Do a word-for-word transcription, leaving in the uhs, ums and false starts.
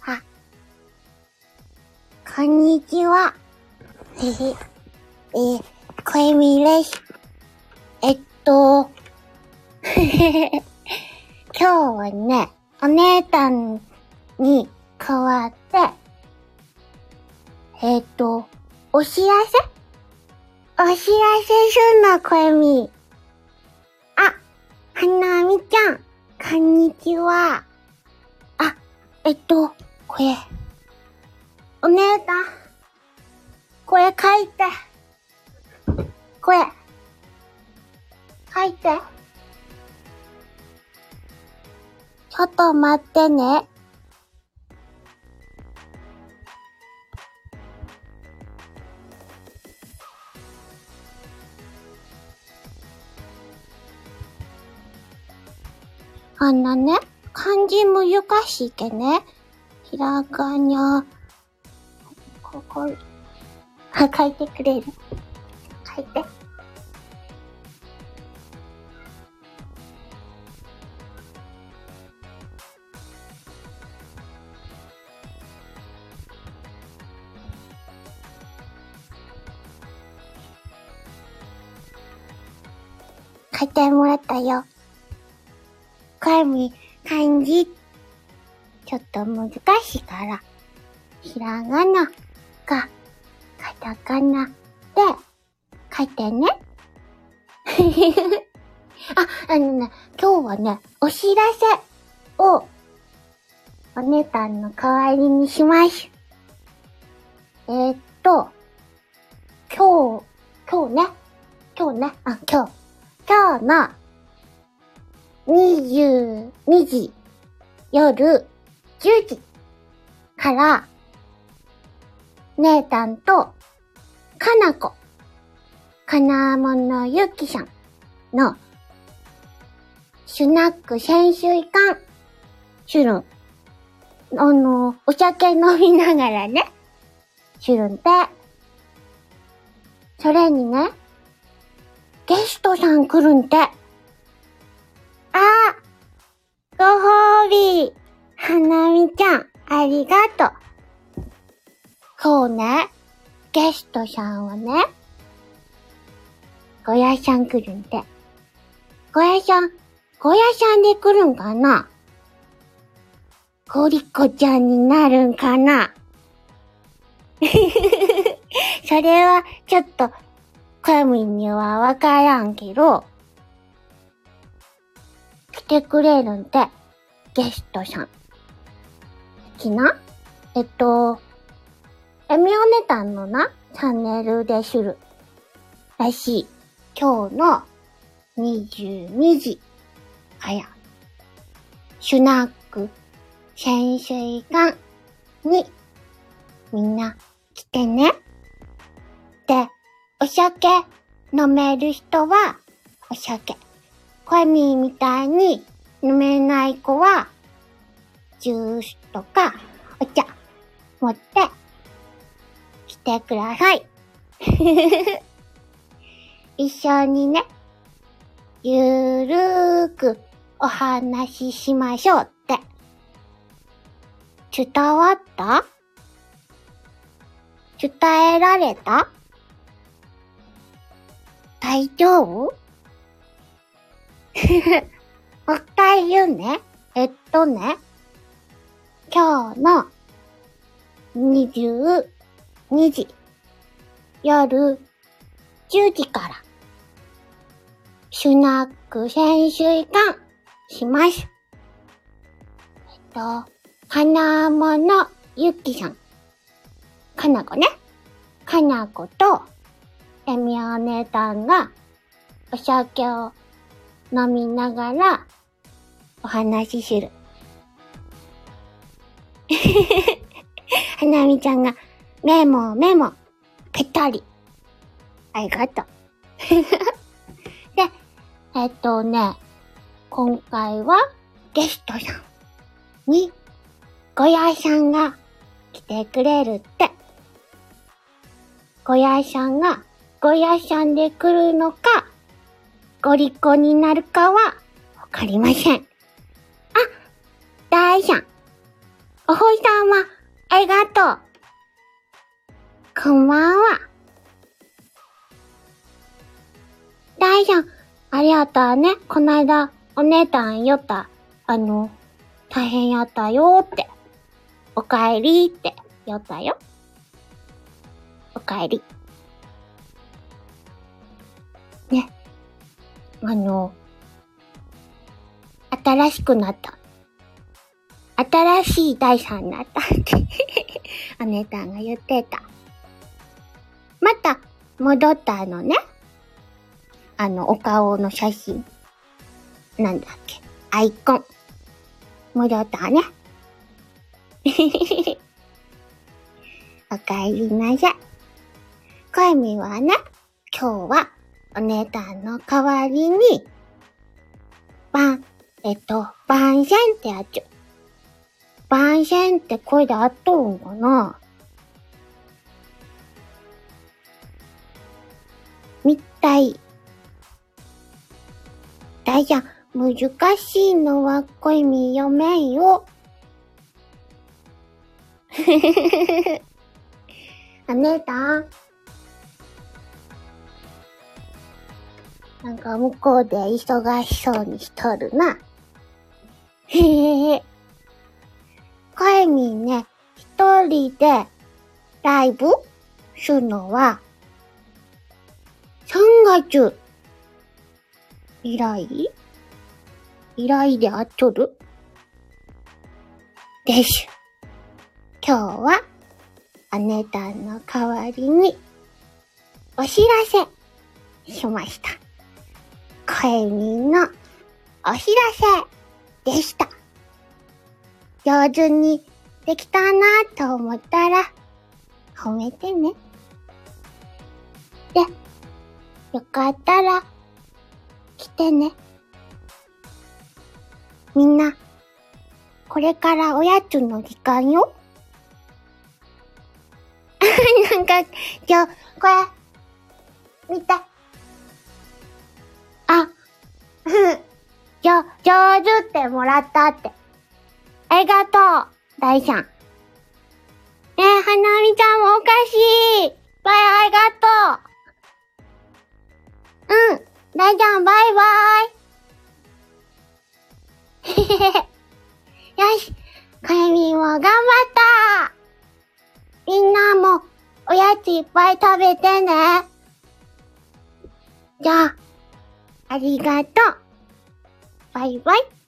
あ、こんにちは。へへ。えー、こえみです。えっと、へへへ。今日はね、お姉たんに代わって、えっと、お知らせお知らせすんの、こえみ。あ、はなみちゃん、こんにちは。あ、えっと、これ、お姉たん、これ書いて。これ、書いて。ちょっと待ってね。あんなね、漢字難しいけね。ひらがな、ここ、あ、書いてくれる。書いて。書いてもらったよ。これみ、漢字、ちょっと難しいから、ひらがなか、カタカナで書いてね。あ、あのね、今日はね、お知らせを、お姉たんの代わりにします。えー、っと、今日、今日ね、今日ね、あ、今日、今日のにじゅうにじ、夜じゅうじから、姉たんと、かなこ、かなものゆきさんの、スナック潜水艦、シュルン。あの、お酒飲みながらね、シュルンって。それにね、ゲストさん来るんて。あー、ご褒美。はなみちゃん、ありがとう。そうね、ゲストさんはね、ごやさん来るんて。ごやさん、ごやさんで来るんかな？ゴリコちゃんになるんかな？それは、ちょっと、かみにはわからんけど、来てくれるんて、ゲストさん。きな？えっと、えみおねたんのな、チャンネルでする。らしい。今日のにじゅうにじから、シュナック潜水艦にみんな来てね。で、お酒飲める人はお酒。コエミーみたいに飲めない子はジュースとかお茶持って来てください。一緒にね、ゆるーくお話ししましょうって。伝わった？伝えられた？大丈夫？もう一回言うね。えっとね、今日のにじゅうにじ、夜じゅうじから、スナック潜水艦します。えっと、かなものゆきさん。かなこね。かなこと、えみお姉たんが、お酒を飲みながら、お話しする。はなみちゃんが、メモメモ、ぺったり。ありがとう。で、えっとね、今回はゲストさんに、ごやさんが来てくれるって。ごやさんが、ごやさんで来るのか、ゴリコになるかは、わかりません。あ、大さん。 お星さま、ありがとう。こんばんは。大ちゃん、ありがとうね。こないだ、お姉たん言った。あの、大変やったよって。おかえりって言ったよ。おかえり。ね。あの、新しくなった。新しい大さんになったってお姉たんが言ってた。また戻ったのね。あのお顔の写真。なんだっけ。アイコン。戻ったね。おかえりなさい。こえみはね、今日はお姉たんの代わりに、ばん、えっと、番線ってやつ。番線って声であっとるんかな？みたい。だいちゃん、難しいのは声み読めんよ。お姉たん。なんか向こうで忙しそうにしとるな。へへへ。かえみんね、一人でライブするのはさんがつ以来以来であっとるです。今日はお姉たんの代わりにお知らせしました。かえみんのお知らせでした。上手にできたなと思ったら褒めてね。で、よかったら来てね。みんな、これからおやつの時間よ。なんか、今日、これ、見て。あ、うん。じょ、上手ってもらったって。ありがとう、大ちゃん。ねえ、花見ちゃんもおかしい。バイ、ありがとう。うん、大ちゃん、バイバイ。へへへ。よし、かえみんも頑張った。みんなも、おやついっぱい食べてね。じゃあ、ありがとう。バイバイ。